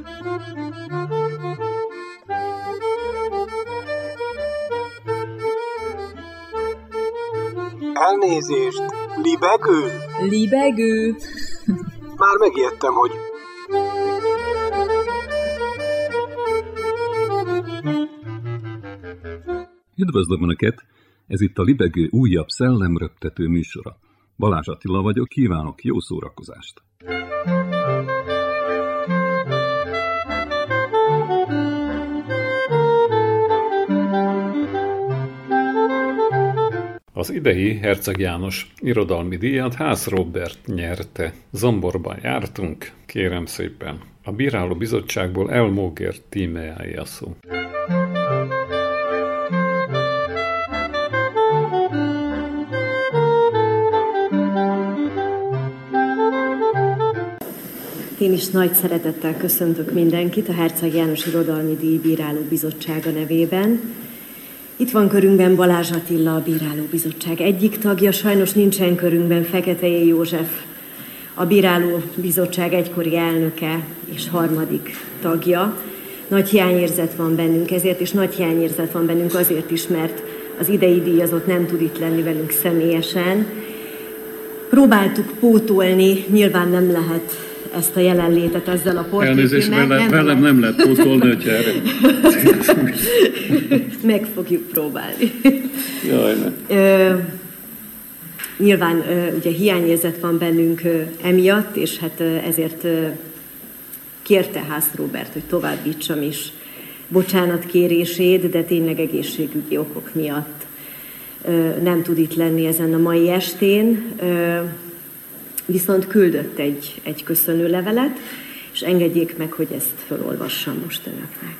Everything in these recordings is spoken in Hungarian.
Elnézést, libegő? Libegő? Már megijedtem, hogy... Üdvözlöm Önöket! Ez itt a Libegő újabb szellemröptető műsora. Balázs Attila vagyok, kívánok jó szórakozást! Az idei Herczeg János irodalmi díjat Haas Róbert nyerte. Zomborban jártunk, kérem szépen. A bíráló bizottságból Elmóger tímejáé a szó. Én is nagy szeretettel köszöntök mindenkit a Herczeg János Irodalmi Díj Bíráló Bizottsága nevében. Itt van körünkben Balázs Attila, a Bíráló Bizottság egyik tagja, sajnos nincsen körünkben Feketelyé József, a Bíráló Bizottság egykori elnöke és harmadik tagja. Nagy hiányérzet van bennünk ezért, és nagy hiányérzet van bennünk azért is, mert az idei díjazott nem tud itt lenni velünk személyesen. Próbáltuk pótolni, nyilván nem lehet ezt a jelenlétet ezzel a portrékémmel. Elnézést, velem nem lehet pótolni, hogyha erre... Meg fogjuk próbálni. Jaj, ne. Nyilván ugye hiányérzet van bennünk emiatt, és hát ezért kérte Haas Róbert, hogy továbbítsam is bocsánatkérését, de tényleg egészségügyi okok miatt nem tud itt lenni ezen a mai estén. Viszont küldött egy köszönőlevelet, és engedjék meg, hogy ezt felolvassam most önöknek.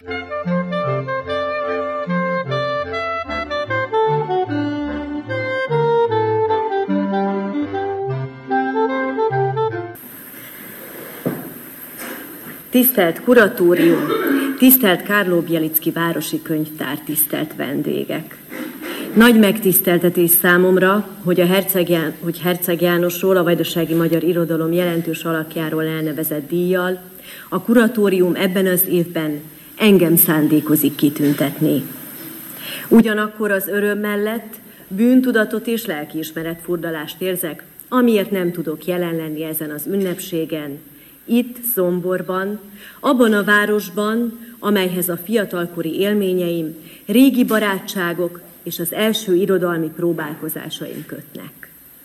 Tisztelt kuratórium, tisztelt Kárló Bielicki Városi Könyvtár, tisztelt vendégek! Nagy megtiszteltetés számomra, hogy Herczeg Jánosról, a vajdasági magyar irodalom jelentős alakjáról elnevezett díjjal a kuratórium ebben az évben engem szándékozik kitüntetni. Ugyanakkor az öröm mellett bűntudatot és lelkiismeretfurdalást érzek, amiért nem tudok jelen lenni ezen az ünnepségen, itt, Zomborban, abban a városban, amelyhez a fiatalkori élményeim, régi barátságok és az első irodalmi próbálkozásaim kötnek.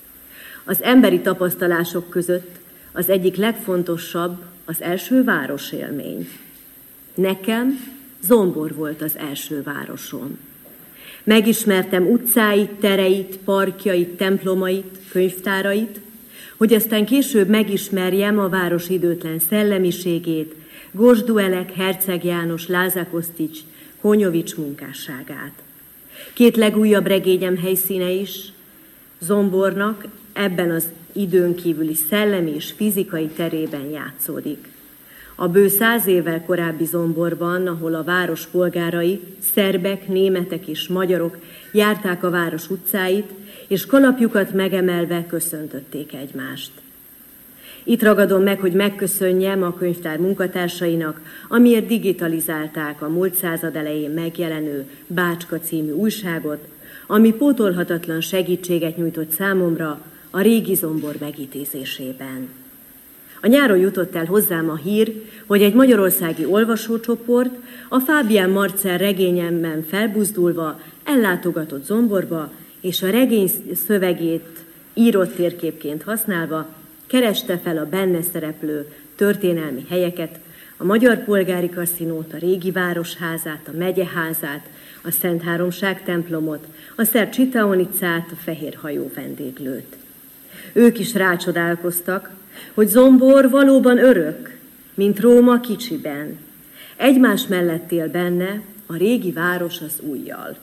Az emberi tapasztalások között az egyik legfontosabb az első városélmény. Nekem Zombor volt az első városom. Megismertem utcáit, tereit, parkjait, templomait, könyvtárait, hogy aztán később megismerjem a város időtlen szellemiségét, Gosduelek, Herczeg János, Lázár Kosztics, Konyovics munkásságát. Két legújabb regényem helyszíne is Zombornak ebben az időn kívüli szellemi és fizikai terében játszódik. A bő 100 évvel korábbi Zomborban, ahol a város polgárai, szerbek, németek és magyarok járták a város utcáit, és kalapjukat megemelve köszöntötték egymást. Itt ragadom meg, hogy megköszönjem a könyvtár munkatársainak, amiért digitalizálták a múlt század elején megjelenő Bácska című újságot, ami pótolhatatlan segítséget nyújtott számomra a régi Zombor megidézésében. A nyáron jutott el hozzám a hír, hogy egy magyarországi olvasócsoport a Fábián Marcell regényemben felbuzdulva ellátogatott Zomborba, és a regény szövegét írott térképként használva kereste fel a benne szereplő történelmi helyeket, a Magyar Polgári Kaszinót, a Régi Városházát, a Megyeházát, a Szent Háromság templomot, a Szerb Csitaonicát, a Fehér hajó vendéglőt. Ők is rácsodálkoztak, hogy Zombor valóban örök, mint Róma kicsiben. Egymás mellett él benne a régi város az újjal.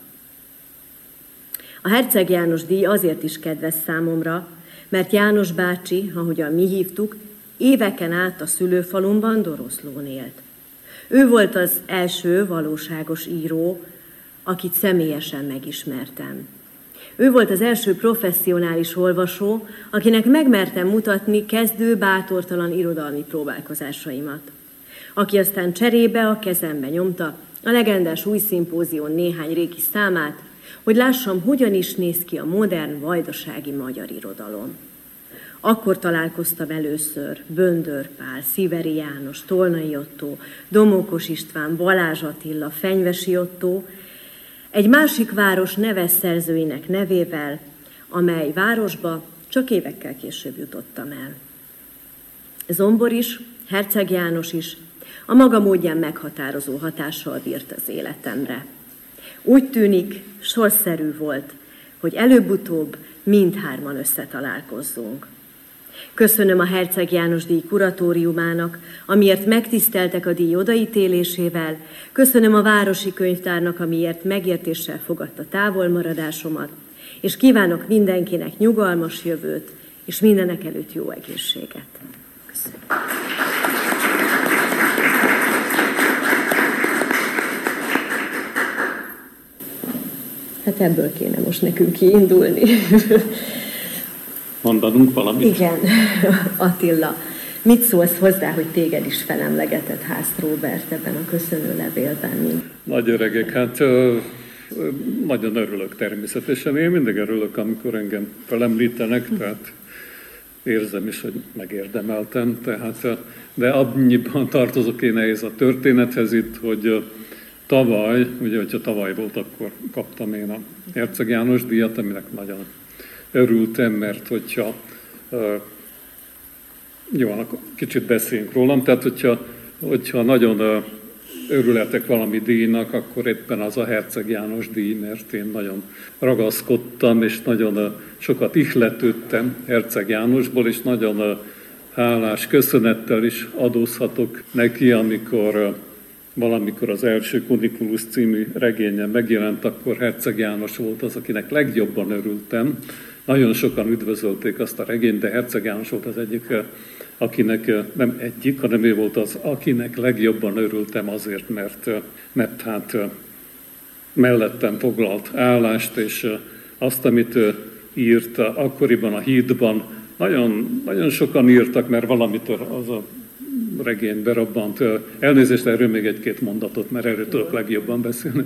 A Herczeg János díj azért is kedves számomra, mert János bácsi, ahogyan mi hívtuk, éveken át a szülőfalumban, Doroszlón élt. Ő volt az első valóságos író, akit személyesen megismertem. Ő volt az első professzionális olvasó, akinek megmertem mutatni kezdő, bátortalan irodalmi próbálkozásaimat. aki aztán cserébe a kezembe nyomta a legendás új szimpózión néhány régi számát, hogy lássam, hogyan is néz ki a modern vajdasági magyar irodalom. Akkor találkoztam először Böndör Pál, Sziveri János, Tolnai Ottó, Domókos István, Balázs Attila, Fenyvesi Ottó, egy másik város neves szerzőinek nevével, amely városba csak évekkel később jutottam el. Zombor is, Herceg János is a maga módján meghatározó hatással bírt az életemre. Úgy tűnik, sorszerű volt, hogy előbb-utóbb mindhárman összetalálkozzunk. Köszönöm a Herceg János díj kuratóriumának, amiért megtiszteltek a díj odaítélésével, köszönöm a Városi Könyvtárnak, amiért megértéssel fogadta távolmaradásomat, és kívánok mindenkinek nyugalmas jövőt, és mindenekelőtt jó egészséget. Köszönöm. Hát ebből kéne most nekünk kiindulni. Mondanunk valamit? Igen, Attila. Mit szólsz hozzá, hogy téged is felemlegetett Hász Róbert ebben a köszönőlevélben? Nagy öregek, hát nagyon örülök természetesen. Én mindig örülök, amikor engem felemlítenek, tehát érzem is, hogy megérdemeltem. Tehát, de annyiban tartozok én ehhez a történethez itt, hogy tavaly, ugye, hogyha tavaly volt, akkor kaptam én a Herceg János díjat, aminek nagyon örültem, mert hogyha jó, kicsit beszéljünk rólam, tehát hogyha nagyon örületek valami díjnak, akkor éppen az a Herceg János díj, mert én nagyon ragaszkodtam, és nagyon sokat ihletődtem Herceg Jánosból, és nagyon hálás köszönettel is adózhatok neki, amikor valamikor az első Kunikulus című regényen megjelent, akkor Herceg János volt az, akinek legjobban örültem. Nagyon sokan üdvözölték azt a regényt, de Herceg János volt az egyik, akinek nem egyik, hanem ő volt az, akinek legjobban örültem azért, mert hát mellettem foglalt állást, és azt, amit írt akkoriban a Hídban, nagyon, nagyon sokan írtak, mert valamitől az a regény berobbant. Elnézést, erről még egy-két mondatot, mert erről tudok legjobban beszélni.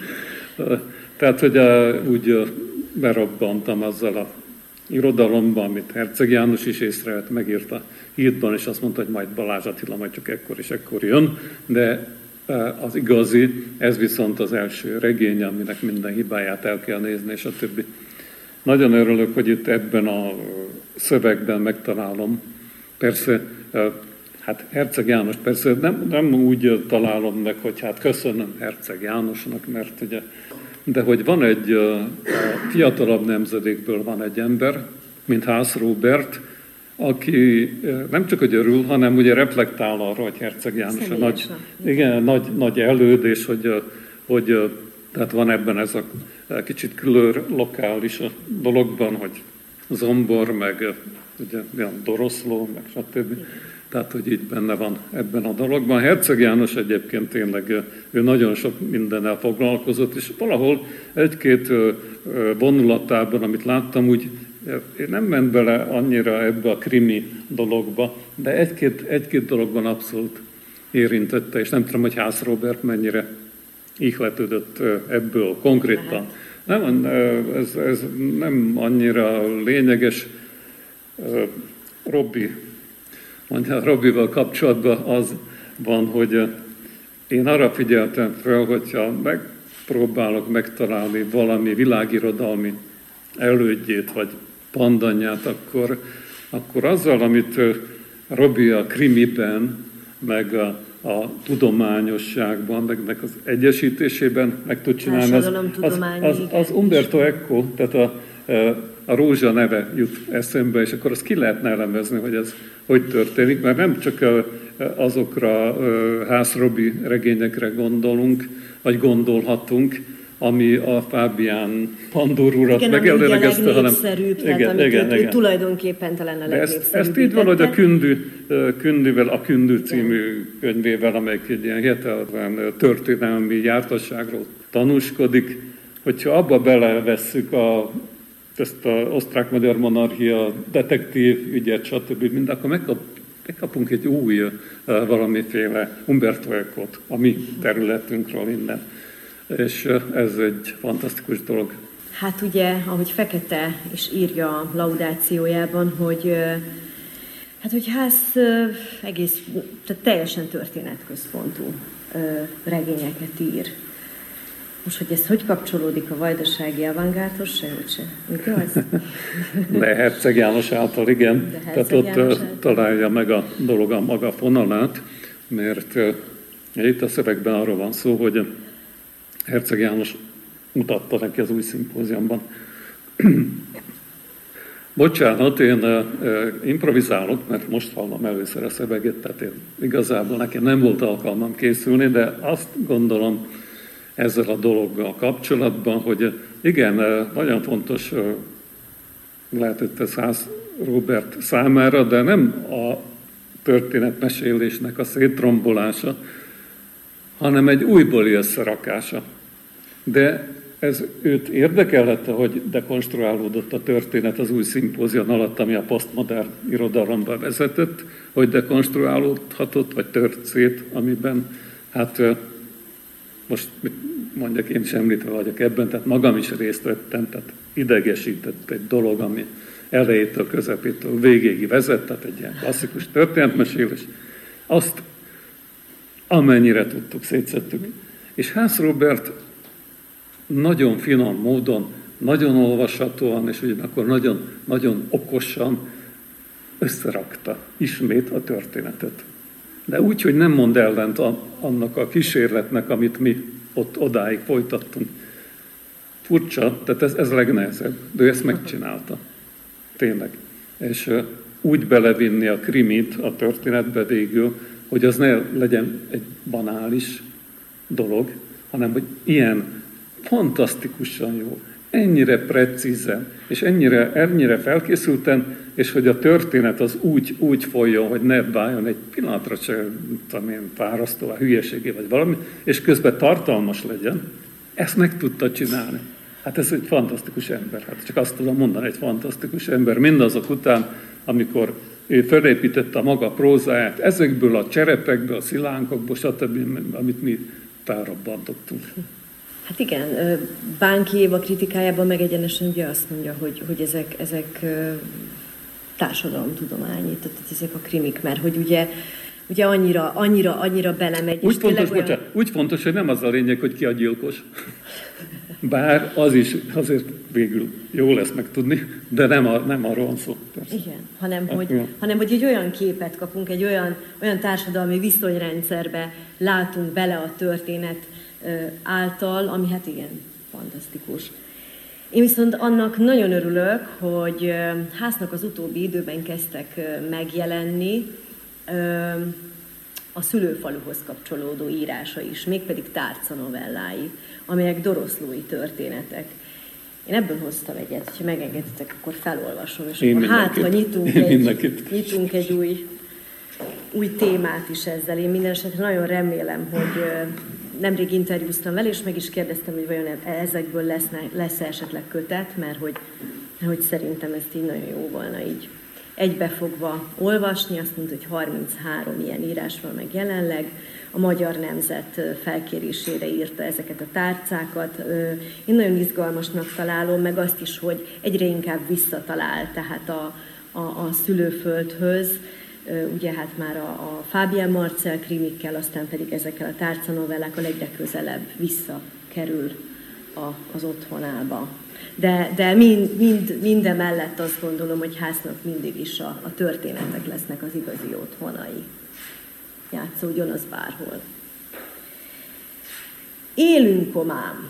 Tehát, hogy úgy berobbantam azzal a irodalomban, amit Herceg János is észrevett, megírta Hídban, és azt mondta, hogy majd Balázs Attila majd csak ekkor és ekkor jön, de az igazi, ez viszont az első regény, aminek minden hibáját el kell nézni, és a többi. Nagyon örülök, hogy itt ebben a szövegben megtalálom. Persze, hát Herceg János, persze nem úgy találom meg, hogy hát köszönöm Herceg Jánosnak, mert ugye, de hogy van egy fiatalabb nemzedékből van egy ember, mint Hász Róbert, aki nem csak hogy örül, hanem ugye reflektál arra, hogy Herceg János a nagy előd, és hogy tehát van ebben ez a kicsit külön lokális a dologban, hogy Zombor, meg ugye Doroszló, meg stb. Tehát, hogy így benne van ebben a dologban. Herceg János egyébként tényleg, ő nagyon sok mindennel foglalkozott, és valahol egy-két vonulatában, amit láttam, úgy nem ment bele annyira ebbe a krimi dologba, de egy-két dologban abszolút érintette, és nem tudom, hogy Hász Róbert mennyire ihletődött ebből konkrétan. Nem, ez nem annyira lényeges. Robival kapcsolatban az van, hogy én arra figyeltem fel, hogyha megpróbálok megtalálni valami világirodalmi elődjét, vagy pandanyát, akkor azzal, amit Robi a krimiben, meg a tudományosságban, meg az egyesítésében meg tud csinálni, az Umberto Eco, tehát a Rózsa neve jut eszembe, és akkor azt ki lehetne elemezni, hogy ez hogy történik, mert nem csak azokra Hász Robi regényekre gondolunk, vagy gondolhatunk, ami a Fábián Pandor urat megelőlegezte, hanem... Igen, tulajdonképpen talán a legnépszerűbb. Ezt így van, hogy a Kündűvel, című könyvével, amelyik egy ilyen hihetetlen történelmi jártasságról tanúskodik, hogyha abba belevesszük ezt az osztrák-magyar monarchia, detektív ügyet, stb. Mind, akkor kapunk egy új valamiféle Umberto Ecót a mi területünkről innen. És ez egy fantasztikus dolog. Hát ugye, ahogy Fekete is írja a laudációjában, hogy Hász egész, tehát teljesen történetközpontú regényeket ír. Most, hogy ez hogy kapcsolódik a vajdasági avantgárdhoz, se. Igaz? De Herceg János által, igen. Tehát ott találja meg a dolog a maga fonalát, mert itt a szövegben arról van szó, hogy Herceg János mutatta neki az új szimpóziumban. Bocsánat, én improvizálok, mert most hallom először a szöveget, tehát én igazából nekem nem volt alkalmam készülni, de azt gondolom ezzel a dologgal kapcsolatban, hogy igen, nagyon fontos lehetett ez Hász Róbert számára, de nem a történetmesélésnek a szétrombolása, hanem egy újbóli összerakása. De ez őt érdekelte, hogy dekonstruálódott a történet az új szimpózion alatt, ami a posztmodern irodalomba vezetett, hogy dekonstruálódhatott, vagy tört szét, amiben, hát most mit mondjak, én is említve vagyok ebben, tehát magam is részt vettem, tehát idegesített egy dolog, ami elejétől, közepétől végéig vezet, tehát egy ilyen klasszikus történetmesélés. Azt amennyire tudtuk, szétszettük. És Hász Róbert nagyon finom módon, nagyon olvashatóan, és ugyanakkor nagyon, nagyon okosan összerakta ismét a történetet. De úgy, hogy nem mond ellent annak a kísérletnek, amit mi ott odáig folytattunk. Furcsa, tehát ez legnehezebb, de ő ezt megcsinálta. Tényleg. És úgy belevinni a krimit a történetbe végül, hogy az ne legyen egy banális dolog, hanem hogy ilyen fantasztikusan jó, ennyire precízen, és ennyire felkészülten, és hogy a történet az úgy folyjon, hogy ne váljon egy pillanatra se, fárasztóvá, hülyeségé vagy valami, és közben tartalmas legyen, ezt meg tudta csinálni. Hát ez egy fantasztikus ember, hát csak azt tudom mondani, egy fantasztikus ember, mindazok után, amikor ő felépítette a maga prózáját, ezekből a cserepekből, a szilánkokból, stb., amit mi felrobbantottunk. Hát igen, Bánki Éva kritikájában meg egyenesen ugye azt mondja, hogy ezek társadalomtudományi, tehát ezek a krimik, mert hogy ugye annyira belemegy. Úgy fontos, hogy nem az a lényeg, hogy ki a gyilkos. Bár az is azért végül jó lesz megtudni, de nem arról van szó. Persze. Igen, hanem hogy egy olyan képet kapunk, egy olyan társadalmi viszonyrendszerbe látunk bele a történet által, ami hát igen, fantasztikus. Én viszont annak nagyon örülök, hogy Hásznak az utóbbi időben kezdtek megjelenni a szülőfaluhoz kapcsolódó írása is, mégpedig tárcanovellái, amelyek doroszlói történetek. Én ebből hoztam egyet, hogyha megengeditek, akkor felolvasom, és akkor hátva nyitunk egy új témát is ezzel. Én minden esetre nagyon remélem, hogy nemrég interjúztam vele, és meg is kérdeztem, hogy vajon ezekből lesz esetleg kötet, mert hogy szerintem ezt így nagyon jó volna így egybefogva olvasni. Azt mondta, hogy 33 ilyen írás van meg jelenleg. A Magyar Nemzet felkérésére írta ezeket a tárcákat. Én nagyon izgalmasnak találom, meg azt is, hogy egyre inkább visszatalál tehát a szülőföldhöz, ugye hát már a Fábián Marcell krimikkel, aztán pedig ezekkel a tárcanovellákkal egyre közelebb visszakerül az otthonába. De mindemellett azt gondolom, hogy Hásznak mindig is a történetek lesznek az igazi otthonai. Játszódjon az bárhol. Élünk omám.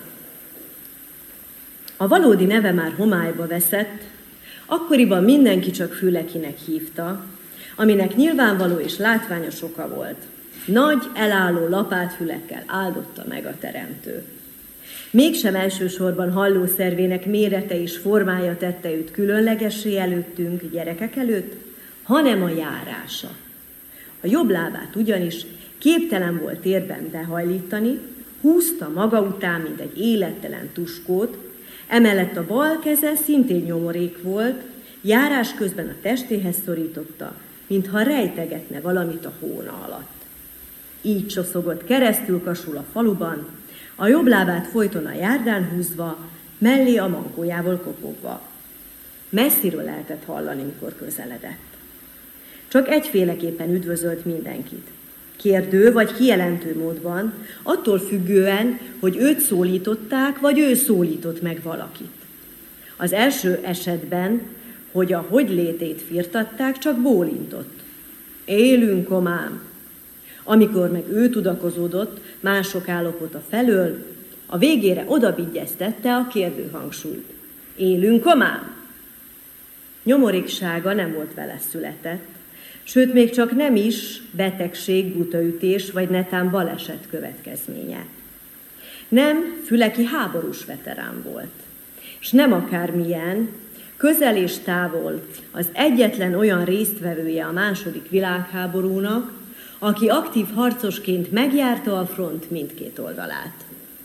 A valódi neve már homályba veszett, akkoriban mindenki csak Fülekinek hívta, aminek nyilvánvaló és látványos oka volt. Nagy, elálló lapátfülekkel áldotta meg a teremtő. Mégsem elsősorban hallószervének mérete és formája tette őt különlegessé előttünk, gyerekek előtt, hanem a járása. A jobb lábát ugyanis képtelen volt térben behajlítani, húzta maga után, mint egy élettelen tuskót, emellett a bal keze szintén nyomorék volt, járás közben a testéhez szorította, mintha rejtegetne valamit a hóna alatt. Így csoszogott keresztül kasul a faluban, a jobb lábát folyton a járdán húzva, mellé a mankójával kopogva. Messziről lehetett hallani, mikor közeledett. Csak egyféleképpen üdvözölt mindenkit. Kérdő vagy kijelentő módban, attól függően, hogy őt szólították, vagy ő szólított meg valakit. Az első esetben, hogy a hogylétét firtatták, csak bólintott. Élünk, komám! Amikor meg ő tudakozódott mások állapota felől, a végére odabigyeztette a kérdő hangsúlyt. Élünk, komám! Nyomoréksága nem volt vele született, sőt, még csak nem is betegség, butaütés vagy netán baleset következménye. Nem, Füleki háborús veterán volt, és nem akármilyen, közel és távol az egyetlen olyan résztvevője a II. Világháborúnak, aki aktív harcosként megjárta a front mindkét oldalát.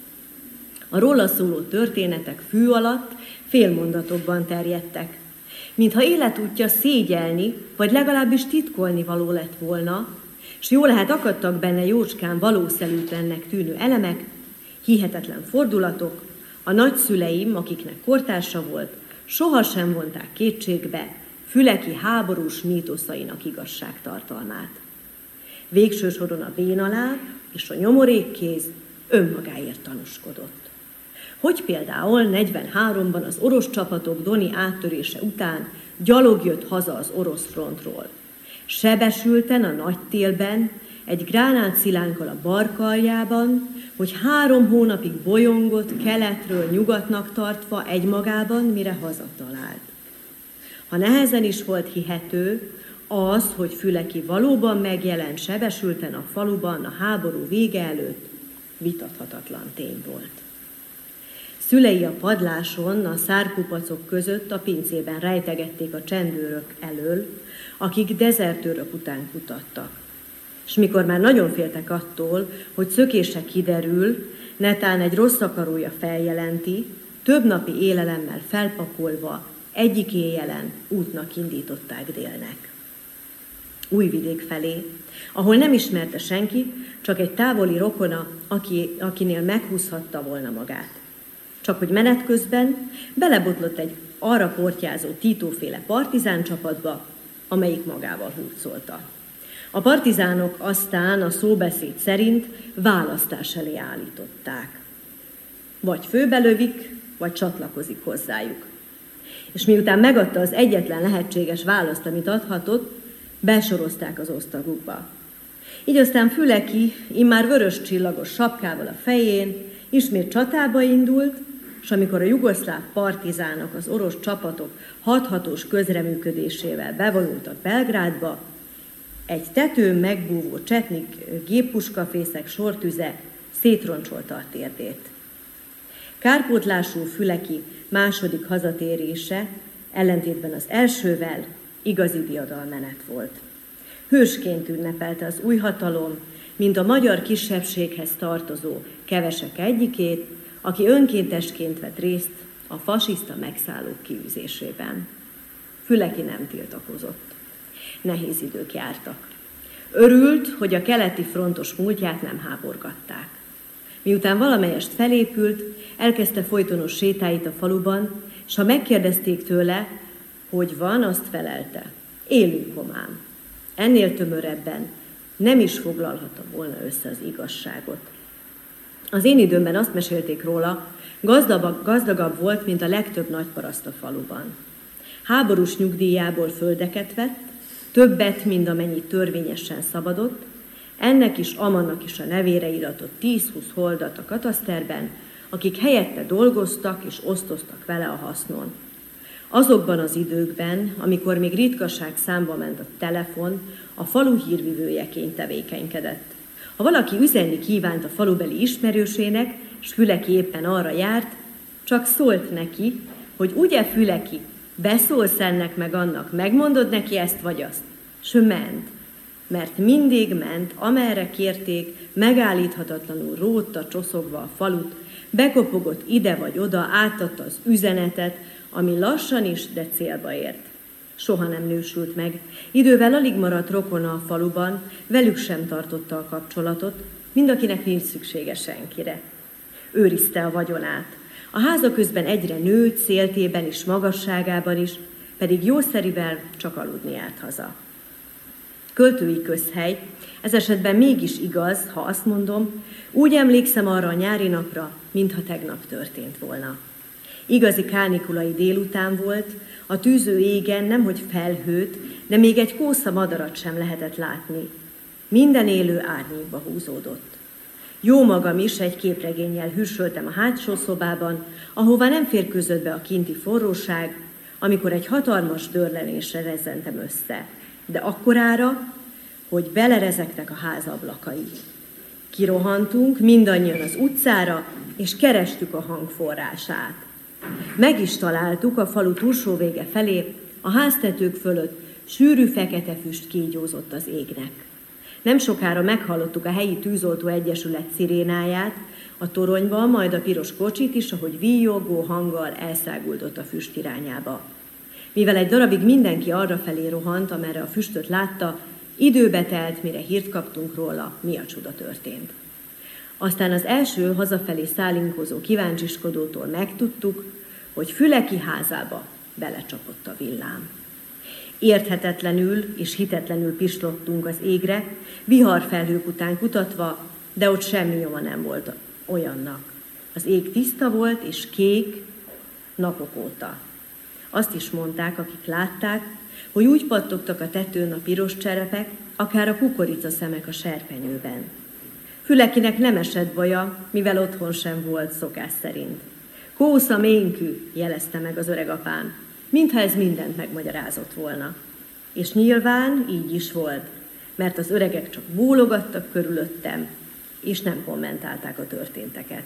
A róla szóló történetek fű alatt félmondatokban terjedtek, mintha életútja szégyelni, vagy legalábbis titkolni való lett volna, s jól lehet akadtak benne jócskán valószerűtlennek tűnő elemek, hihetetlen fordulatok, a nagyszüleim, akiknek kortársa volt, sohasem vonták kétségbe Füleki háborús mítoszainak igazságtartalmát. Végső soron a bénaláb és a nyomorékkéz önmagáért tanúskodott. Hogy például 43-ban az orosz csapatok Doni áttörése után gyalog jött haza az orosz frontról. Sebesülten a nagy télben, egy gránátszilánkkal a barkaljában, hogy 3 hónapig bolyongott keletről nyugatnak tartva egymagában, mire hazatalált. Ha nehezen is volt hihető, az, hogy Füleki valóban megjelent sebesülten a faluban a háború vége előtt, vitathatatlan tény volt. Szülei a padláson, a szárkupacok között a pincében rejtegették a csendőrök elől, akik dezertőrök után kutattak. És mikor már nagyon féltek attól, hogy szökése kiderül, netán egy rossz akarója feljelenti, több napi élelemmel felpakolva egyik éjjelen útnak indították délnek. Újvidék felé, ahol nem ismerte senki, csak egy távoli rokona, akinél meghúzhatta volna magát. Csak hogy menet közben belebotlott egy arra portyázó Tito-féle partizán csapatba, amelyik magával hurcolta. A partizánok aztán a szóbeszéd szerint választás elé állították. Vagy főbelövik, vagy csatlakozik hozzájuk. És miután megadta az egyetlen lehetséges választ, amit adhatott, besorozták az osztagukba. Így aztán Füleki immár vörös csillagos sapkával a fején ismét csatába indult, és amikor a jugoszláv partizánok az orosz csapatok hathatós közreműködésével bevonultak Belgrádba, egy tetőn megbúvó csetnik géppuskafészek sortüze szétroncsolta a térdét. Kárpótlásul Füleki második hazatérése ellentétben az elsővel igazi diadalmenet volt. Hősként ünnepelte az új hatalom, mint a magyar kisebbséghez tartozó kevesek egyikét, aki önkéntesként vett részt a fasiszta megszállók kiűzésében. Füleki nem tiltakozott. Nehéz idők jártak. Örült, hogy a keleti frontos múltját nem háborgatták. Miután valamelyest felépült, elkezdte folytonos sétáit a faluban, és ha megkérdezték tőle, hogy van, azt felelte. Élünk, komám. Ennél tömörebben nem is foglalhatta volna össze az igazságot. Az én időmben azt mesélték róla, gazdagabb volt, mint a legtöbb nagyparaszt a faluban. Háborús nyugdíjából földeket vett, többet, mint amennyit törvényesen szabadott, ennek is Amannak is a nevére iratott 10-20 holdat a kataszterben, akik helyette dolgoztak és osztoztak vele a hasznon. Azokban az időkben, amikor még ritkaság számba ment a telefon, a falu hírvivőjeként tevékenykedett. Ha valaki üzenni kívánt a falubeli ismerősének, s Füleki éppen arra járt, csak szólt neki, hogy ugye Füleki, beszólsz ennek meg annak, megmondod neki ezt vagy azt, s ő ment. Mert mindig ment, amerre kérték, megállíthatatlanul rótta csoszogva a falut, bekopogott ide vagy oda, átadta az üzenetet, ami lassan is, de célba ért. Soha nem nősült meg. Idővel alig maradt rokona a faluban, velük sem tartotta a kapcsolatot, mindakinek nincs szüksége senkire. Őrizte a vagyonát. A háza közben egyre nőtt, széltében is, magasságában is, pedig jószerivel csak aludni járt haza. Költői közhely, ez esetben mégis igaz, ha azt mondom, úgy emlékszem arra a nyári napra, mintha tegnap történt volna. Igazi kánikulai délután volt, a tűző égen nemhogy felhőt, de még egy kósza madarat sem lehetett látni. Minden élő árnyékba húzódott. Jó magam is egy képregénnyel hűsöltem a hátsó szobában, ahová nem férkőzött be a kinti forróság, amikor egy hatalmas dörlenésre rezzentem össze, de akkorára, hogy belerezektek a ház ablakai. Kirohantunk mindannyian az utcára, és kerestük a hang forrását. Meg is találtuk a falu túlsó vége felé, a háztetők fölött sűrű fekete füst kígyózott az égnek. Nem sokára meghallottuk a helyi tűzoltó egyesület szirénáját, a toronyban, majd a piros kocsit is, ahogy víjogó hanggal elszáguldott a füst irányába. Mivel egy darabig mindenki arrafelé rohant, amerre a füstöt látta, időbe telt, mire hírt kaptunk róla, mi a csuda történt. Aztán az első hazafelé szállinkozó kíváncsiskodótól megtudtuk, hogy Füleki házába belecsapott a villám. Érthetetlenül és hitetlenül pislogtunk az égre, viharfelhők után kutatva, de ott semmi nyoma nem volt olyannak. Az ég tiszta volt és kék napok óta. Azt is mondták, akik látták, hogy úgy pattogtak a tetőn a piros cserepek, akár a kukoricaszemek a serpenyőben. Fülekinek nem esett baja, mivel otthon sem volt szokás szerint. Kósza ménkű, jelezte meg az öregapám, mintha ez mindent megmagyarázott volna. És nyilván így is volt, mert az öregek csak bólogattak körülöttem, és nem kommentálták a történteket.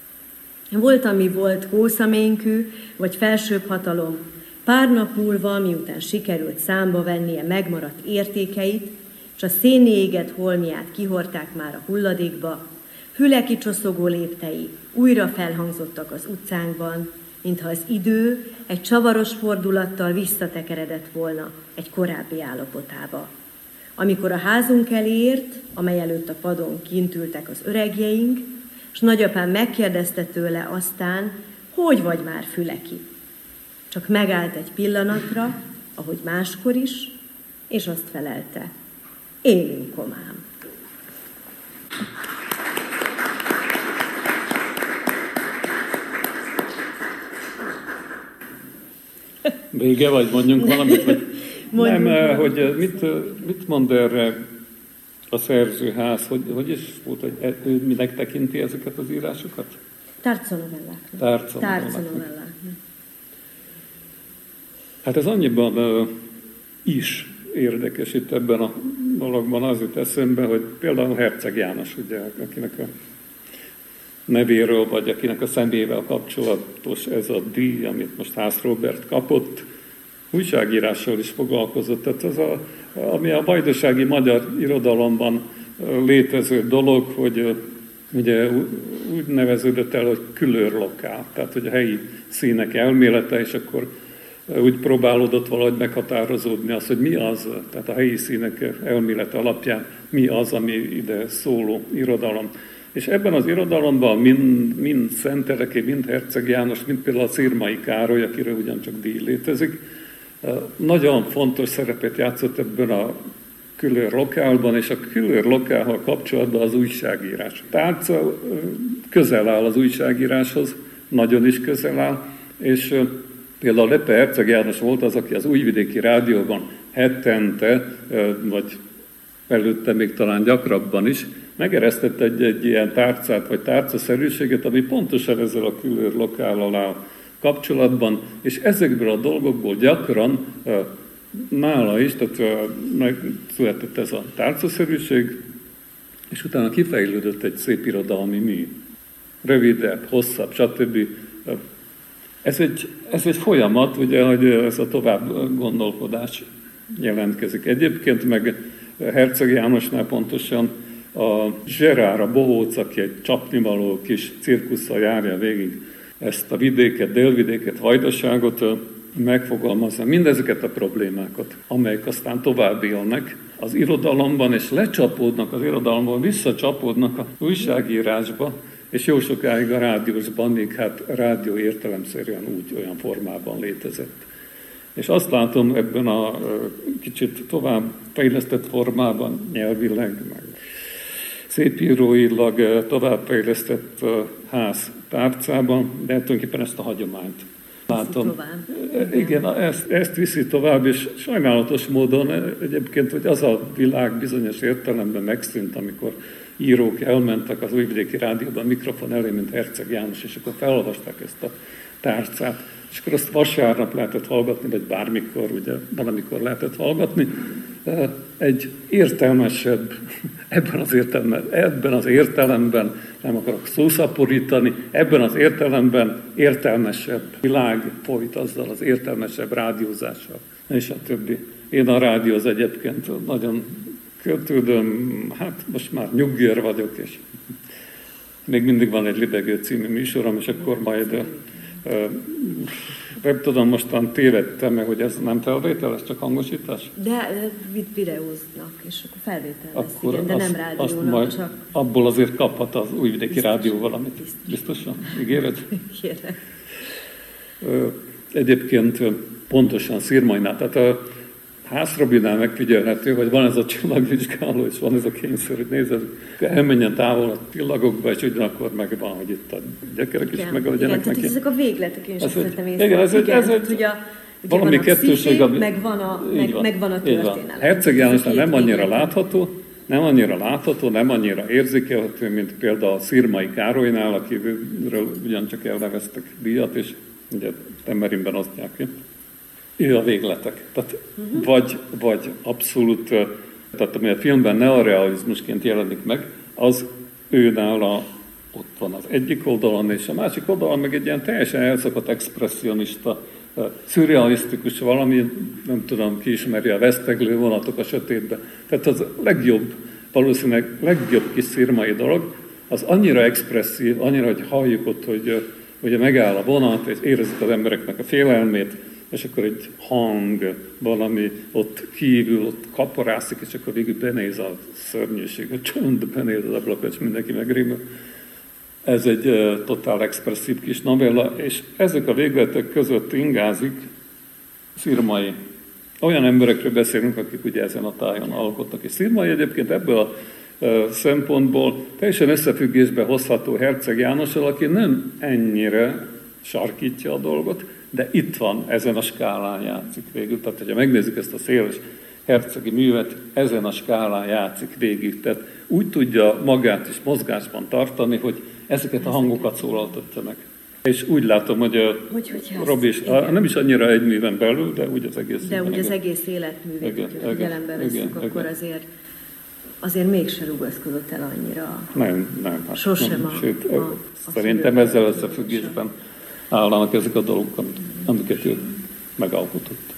Volt, ami volt, kószaménkű, vagy felsőbb hatalom, pár nap múlva, miután sikerült számba vennie megmaradt értékeit, és a szénné égett holmiát kihorták már a hulladékba, Füleki csoszogó léptei újra felhangzottak az utcánkban, mintha az idő egy csavaros fordulattal visszatekeredett volna egy korábbi állapotába. Amikor a házunk elért, amely előtt a padon kint ültek az öregjeink, s nagyapám megkérdezte tőle aztán, hogy vagy már, Füleki? Csak megállt egy pillanatra, ahogy máskor is, és azt felelte, élünk, komám. Vége, vagy mondjunk valamit? Vagy... Nem, hogy mit mond erre a szerzőház, hogy is volt, hogy ő minek tekinti ezeket az írásokat? Tárcanovelláknak. Tárcanovelláknak. Hát ez annyiban is érdekes itt ebben a dologban, az jut eszembe, hogy például Herceg János, ugye, akinek a nevéről, vagy akinek a személyével kapcsolatos ez a díj, amit most Hász Róbert kapott, újságírással is foglalkozott. Tehát az ami a vajdasági magyar irodalomban létező dolog, hogy ugye úgy neveződött el, hogy külőrlokál, tehát hogy a helyi színek elmélete, és akkor úgy próbálódott valahogy meghatározódni az, hogy mi az, tehát a helyi színek elmélete alapján mi az, ami ide szóló irodalom. És ebben az irodalomban mind Szentereké, mind Herceg János, mind például a Cirmai Károly, akiről ugyancsak díj létezik, nagyon fontos szerepet játszott ebben a külőrlokálban, és a külőrlokálval kapcsolatban az újságírás. Tárca közel áll az újságíráshoz, nagyon is közel áll, és például Lepe Herceg János volt az, aki az Újvidéki Rádióban hetente, vagy előtte még talán gyakrabban is, megeresztett egy ilyen tárcát, vagy tárcaszerűséget, ami pontosan ezzel a külőrlokállal áll kapcsolatban, és ezekből a dolgokból gyakran nála is, tehát megszületett ez a tárcaszerűség, és utána kifejlődött egy szép irodalmi mű. Rövidebb, hosszabb, stb. Ez egy folyamat, ugye, hogy ez a tovább gondolkodás jelentkezik. Egyébként meg Herceg Jánosnál pontosan a Zserár, a bohóc, aki egy csapnivaló kis cirkusszal járja végig ezt a vidéket, délvidéket, vajdaságot, megfogalmazni mindezeket a problémákat, amelyek aztán tovább élnek az irodalomban, és lecsapódnak az irodalomban, visszacsapódnak az újságírásba, és jó sokáig a rádiósban, még hát rádió értelemszerűen úgy olyan formában létezett. És azt látom ebben a kicsit tovább fejlesztett formában, nyelvileg, meg szépíróilag továbbfejlesztett ház tárcában, de tulajdonképpen ezt a hagyományt látom. Igen, ezt viszi tovább, és sajnálatos módon egyébként, hogy az a világ bizonyos értelemben megszűnt, amikor írók elmentek az Újvidéki Rádióban mikrofon elé, mint Herceg János, és akkor felolvasták ezt a tárcát, és akkor azt vasárnap lehetett hallgatni, vagy bármikor, ugye valamikor lehetett hallgatni. Egy értelmesebb, ebben az értelemben, nem akarok szószaporítani, ebben az értelemben értelmesebb világ folyt azzal az értelmesebb rádiózással, és a többi. Én a rádióhoz egyébként nagyon kötődöm, hát most már nyuggér vagyok, és még mindig van egy Libegő című műsorom, és akkor majd nem tudom, mostan tévedtem meg, hogy ez nem felvétel, ez csak hangosítás? De videóznak, és akkor felvétel lesz, akkor igen, de nem rádiónak, majd csak... Abból azért kaphat az Újvidéki Rádió valamit. Biztosan? Ígéred? Kérlek. Egyébként pontosan Szirmainál, tehát a Hászrobinál megfigyelhető, hogy van ez a csillagvizsgáló, és van ez a kényszer, hogy nézd, elmenjen távol a csillagokba, és ugyanakkor megvan, hogy itt a gyökerek is meglegyenek neki. Igen, ezek a végletek, én sem szeretem észre. Igen, ez egy valami kettőség, meg van a történelem. Herceg Jánosnál nem annyira látható, nem annyira érzékelhető, mint például a Szirmai Károlynál, akiről ugyancsak elneveztek díjat, és ugye Temerinben osztják ki. Ő a végletek. Tehát vagy abszolút, tehát ami a filmben neorealizmusként jelenik meg, az ő nála ott van az egyik oldalon, és a másik oldalon meg egy ilyen teljesen elszakadt expresszionista, szürrealisztikus valami, nem tudom, ki ismeri a veszteglő vonatok a sötétbe. Tehát az legjobb, valószínűleg legjobb kis szirmai dolog, az annyira expresszív, annyira, hogy halljuk ott, hogy megáll a vonat, és érezzük az embereknek a félelmét, és akkor egy hang, valami ott kívül, ott kaparászik, és akkor végül benéz a szörnyűség, a csönd, benéz az ablakot, és mindenki megrémül. Ez egy totál expresszív kis novella, és ezek a végletek között ingázik Szirmai. Olyan emberekről beszélünk, akik ugye ezen a tájon alkottak, és Szirmai egyébként ebből a szempontból teljesen összefüggésbe hozható Herceg Jánossal, aki nem ennyire sarkítja a dolgot, de itt van, ezen a skálán játszik végül. Tehát, hogyha megnézzük ezt a széles hercegi művet, ezen a skálán játszik végig. Tehát úgy tudja magát is mozgásban tartani, hogy ezeket a hangokat szólaltatja meg. És úgy látom, hogy Robi is, nem is annyira egy műven belül, de úgy az egész. De úgy az egész életművét, hogyha figyelembe veszünk, akkor azért mégse rugaszkodott el annyira. Nem. Hát sosem sőt, szerintem ezzel összefüggésben állnak ezek a dolgok, amiket ő megalkotott.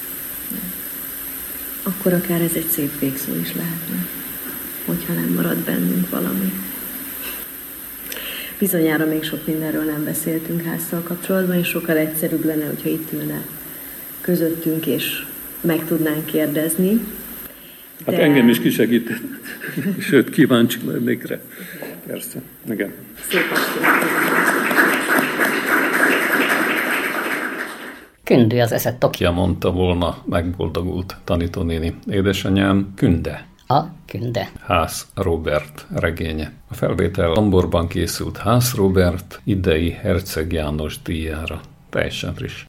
Akkor akár ez egy szép végszó is lehetne, hogyha nem marad bennünk valami. Bizonyára még sok mindenről nem beszéltünk Házzal kapcsolatban, és sokkal egyszerűbb lenne, hogyha itt ülne közöttünk, és meg tudnánk kérdezni. Hát engem is kisegít, sőt, kíváncsi lennék rá. Persze, igen. Szép estét! Kündő az eszed tokja, mondta volna megboldogult tanítónéni édesanyám, Künde. A Künde. Hász Róbert regénye. A felvétel Zomborban készült Hász Róbert idei Herceg János díjára. Teljesen friss.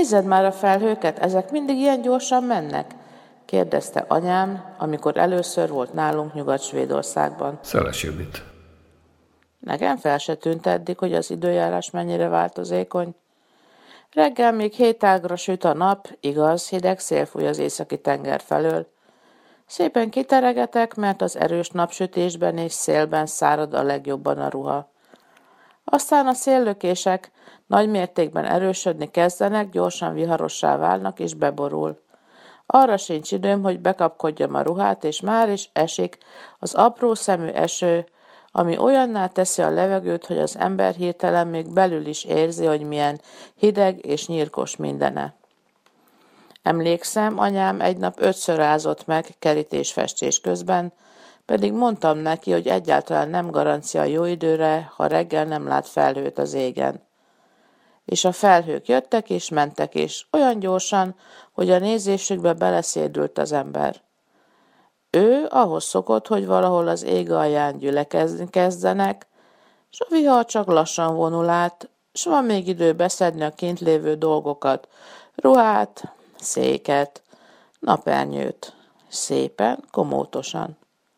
Nézzed már a felhőket, ezek mindig ilyen gyorsan mennek? Kérdezte anyám, amikor először volt nálunk Nyugat-Svédországban. Szeles Judit. Nekem fel se tűnt eddig, hogy az időjárás mennyire változékony. Reggel még 7 ágra süt a nap, igaz, hideg szél fúj az északi tenger felől. Szépen kiteregetek, mert az erős napsütésben és szélben szárad a legjobban a ruha. Aztán a széllökések nagy mértékben erősödni kezdenek, gyorsan viharossá válnak és beborul. Arra sincs időm, hogy bekapkodjam a ruhát, és már is esik az apró szemű eső, ami olyanná teszi a levegőt, hogy az ember hirtelen még belül is érzi, hogy milyen hideg és nyírkos mindene. Emlékszem, anyám egy nap 5-ször rázott meg kerítésfestés közben, pedig mondtam neki, hogy egyáltalán nem garancia jó időre, ha reggel nem lát felhőt az égen. És a felhők jöttek és mentek is, olyan gyorsan, hogy a nézésükbe beleszédült az ember. Ő ahhoz szokott, hogy valahol az ég alján gyülekezni kezdenek, s a vihar csak lassan vonul át, s van még idő beszedni a kint lévő dolgokat, ruhát, széket, napernyőt, szépen, komótosan.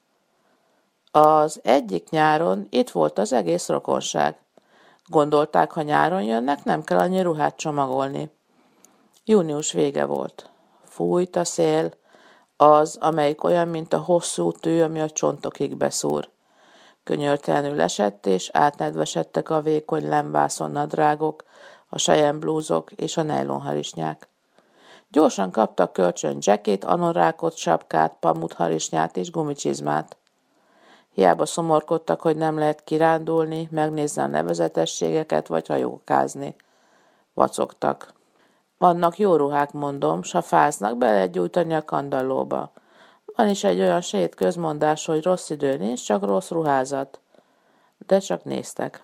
Az egyik nyáron itt volt az egész rokonság. Gondolták, ha nyáron jönnek, nem kell annyi ruhát csomagolni. Június vége volt. Fújt a szél, az, amelyik olyan, mint a hosszú tű, ami a csontokig beszúr. Könyörtelenül esett, és átnedvesedtek a vékony lemvászon nadrágok, a selyemblúzok és a nejlonharisnyák. Gyorsan kaptak kölcsön dzsekét, anorákot, sapkát, pamutharisnyát és gumicsizmát. Hiába szomorkodtak, hogy nem lehet kirándulni, megnézni a nevezetességeket vagy hajókázni. Vacogtak. Vannak jó ruhák, mondom, s ha fáznak, be lehet gyújtani a kandallóba. Van is egy olyan sét közmondás, hogy rossz idő nincs, csak rossz ruházat. De csak néztek.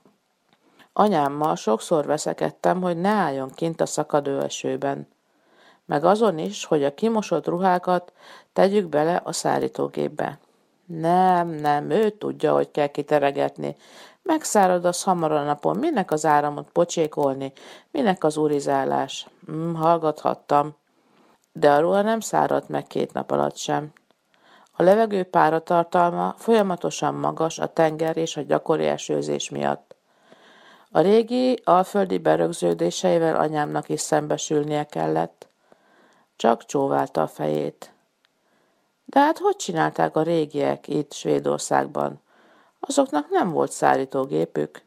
Anyámmal sokszor veszekedtem, hogy ne álljon kint a szakadó esőben. Meg azon is, hogy a kimosott ruhákat tegyük bele a szárítógépbe. Nem, ő tudja, hogy kell kiteregetni. Megszárad az hamar a napon, minek az áramot pocsékolni, minek az urizálás. Hallgathattam. De a ruha nem száradt meg 2 nap alatt sem. A levegő páratartalma folyamatosan magas a tenger és a gyakori esőzés miatt. A régi, alföldi berögződéseivel anyámnak is szembesülnie kellett. Csak csóválta a fejét. De hát hogy csinálták a régiek itt Svédországban? Azoknak nem volt szárítógépük.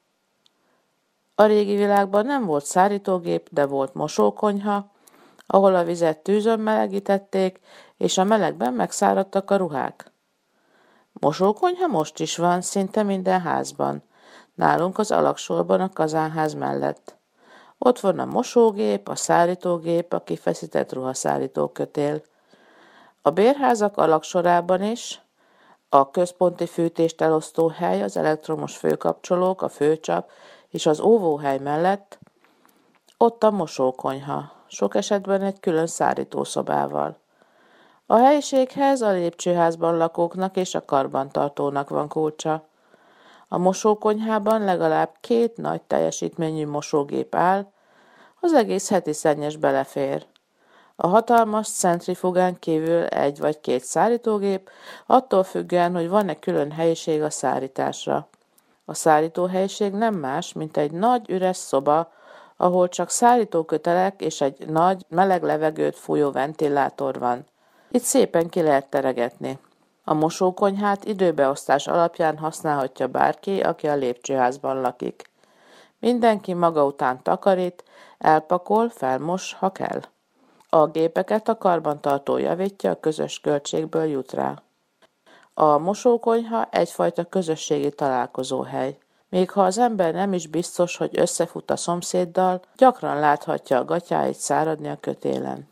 A régi világban nem volt szárítógép, de volt mosókonyha, ahol a vizet tűzön melegítették, és a melegben megszáradtak a ruhák. Mosókonyha most is van, szinte minden házban. Nálunk az alagsorban a kazánház mellett. Ott van a mosógép, a szárítógép, a kifeszített ruhaszárítókötél. A bérházak alagsorában is, a központi fűtést elosztó hely, az elektromos főkapcsolók, a főcsap és az óvóhely mellett, ott a mosókonyha, sok esetben egy külön szárítószobával. A helyiséghez a lépcsőházban lakóknak és a karbantartónak van kulcsa. A mosókonyhában legalább 2 nagy teljesítményű mosógép áll, az egész heti szennyes belefér. A hatalmas centrifugán kívül 1 vagy 2 szárítógép, attól függően, hogy van-e külön helyiség a szárításra. A szárítóhelyiség nem más, mint egy nagy üres szoba, ahol csak szárítókötelek és egy nagy, meleg levegőt fújó ventilátor van. Itt szépen ki lehet teregetni. A mosókonyhát időbeosztás alapján használhatja bárki, aki a lépcsőházban lakik. Mindenki maga után takarít, elpakol, felmos, ha kell. A gépeket a karbantartó javítja, a közös költségből jut rá. A mosókonyha egyfajta közösségi találkozóhely. Még ha az ember nem is biztos, hogy összefut a szomszéddal, gyakran láthatja a gatyáit száradni a kötélen.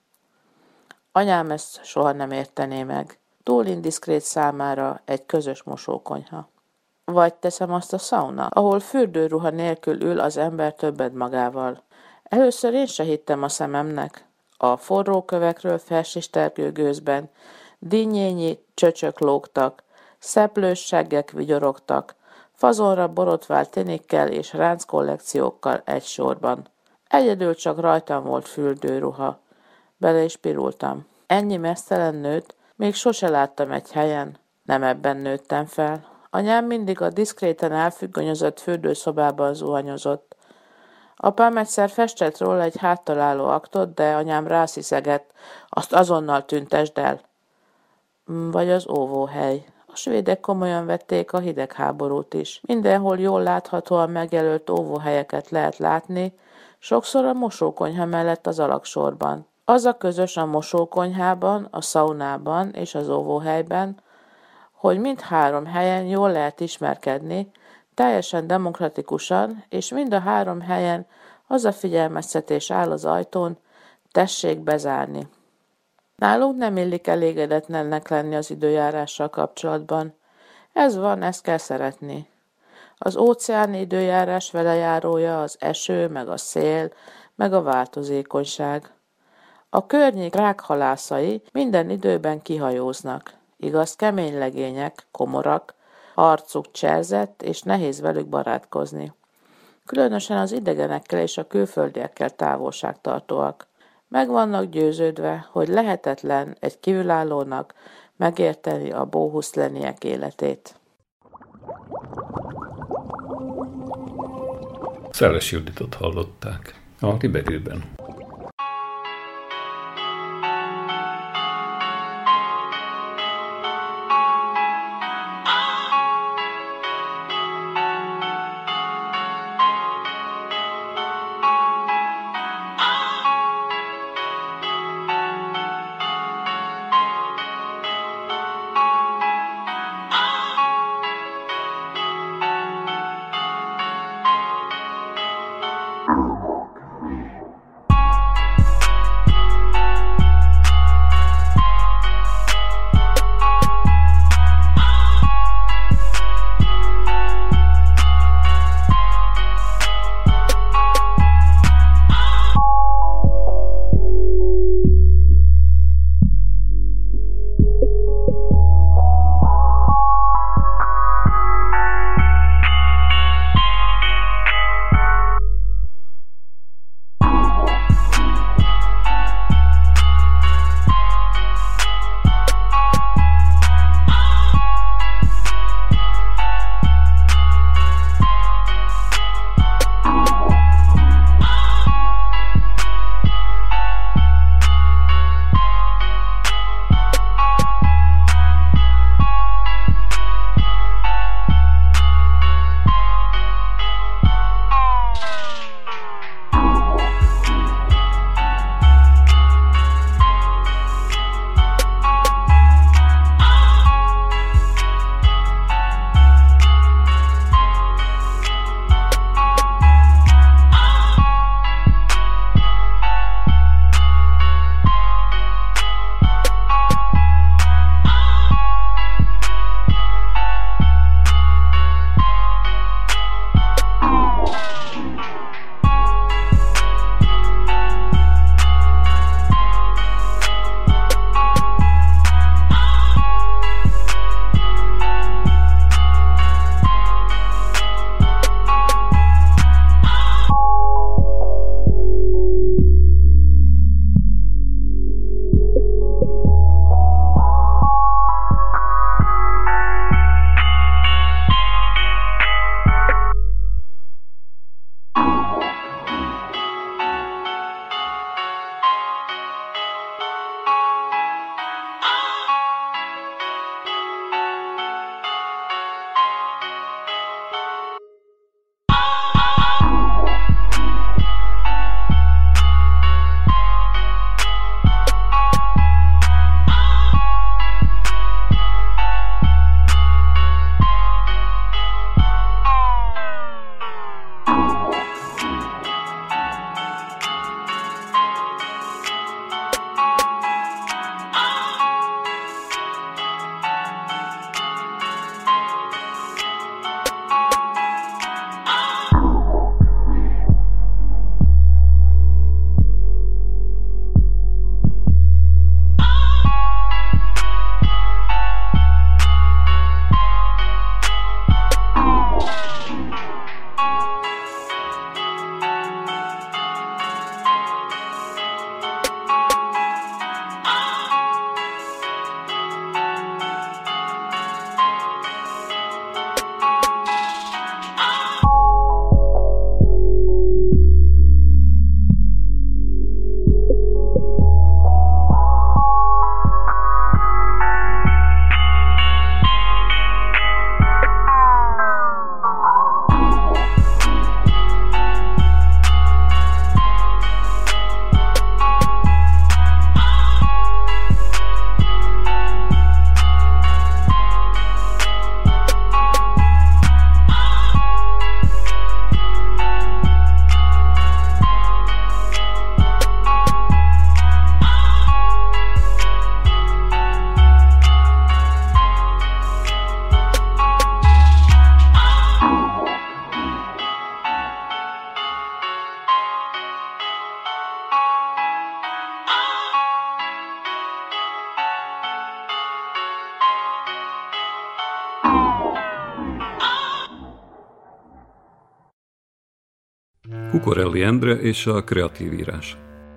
Anyám ezt soha nem értené meg. Túl indiszkrét számára egy közös mosókonyha. Vagy teszem azt a szauna, ahol fürdőruha nélkül ül az ember többet magával. Először én se hittem a szememnek. A forró kövekről felsistergő gőzben dinnyényi csöcsök lógtak, szeplős seggek vigyorogtak, fazonra borotvált tinikkel és ránckollekciókkal egy sorban. Egyedül csak rajtam volt fürdőruha. Bele is pirultam. Ennyi meztelen nőt még sose láttam egy helyen. Nem ebben nőttem fel. Anyám mindig a diszkréten elfüggönyözött fürdőszobában zuhanyozott. Apám egyszer festett róla egy háttaláló aktot, de anyám rásziszegett, azt azonnal tüntesd el. Vagy az óvóhely. A svédek komolyan vették a hidegháborút is. Mindenhol jól láthatóan megjelölt óvóhelyeket lehet látni, sokszor a mosókonyha mellett az alagsorban. Az a közös a mosókonyhában, a szaunában és az óvóhelyben, hogy mindhárom helyen jól lehet ismerkedni, teljesen demokratikusan, és mind a három helyen az a figyelmeztetés áll az ajtón, tessék bezárni. Nálunk nem illik elégedetlennek lenni az időjárással kapcsolatban. Ez van, ezt kell szeretni. Az óceáni időjárás velejárója az eső, meg a szél, meg a változékonyság. A környék rákhalászai minden időben kihajóznak. Igaz, kemény legények, komorak, arcuk cserzett, és nehéz velük barátkozni. Különösen az idegenekkel és a külföldiekkel távolságtartóak. Meg vannak győződve, hogy lehetetlen egy kívülállónak megérteni a bóhuszleniek életét. Szeles Juditot hallották a Libegőben. Cucorelli Endre és a kreatív írás.